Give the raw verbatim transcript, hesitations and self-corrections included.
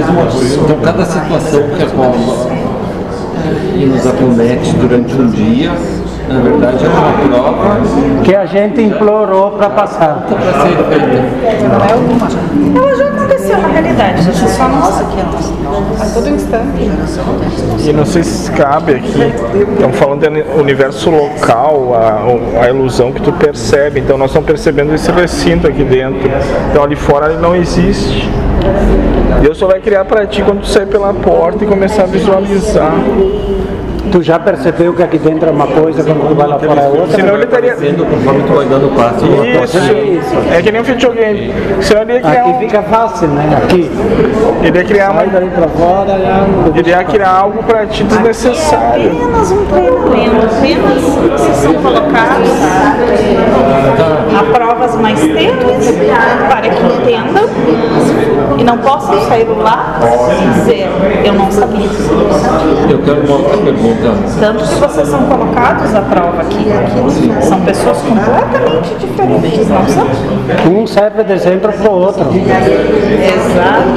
Então, cada situação que a e nos acomete durante um dia, na verdade, é uma prova que a gente implorou para passar. Para ser feita. Não é alguma. Ela já aconteceu na realidade, gente. Só nossa aqui, a todo instante. E não sei se cabe aqui, estão falando do universo local, a, a ilusão que tu percebe. Então nós estamos percebendo esse recinto aqui dentro. Então ali fora ele não existe. Deus só vai criar para ti quando tu sair pela porta e começar a visualizar. Tu já percebeu que aqui dentro é uma coisa, quando tu vai lá fora é outra? Senão ele estaria... Conforme tu vai dando passo. Isso, isso. É que nem um videogame. Senão ele ia criar aqui um... fica fácil, né? Aqui. Ele ia criar uma... Sai pra fora, ele ia criar algo para ti desnecessário. É apenas um treinamento, apenas vocês são colocados a provas mais tênues para que entendam e não possam sair lá e dizer, eu não sabia. Eu quero uma outra pergunta. Tanto que vocês são colocados à prova aqui. São pessoas completamente diferentes, não são? um serve de exemplo para o outro. Exato.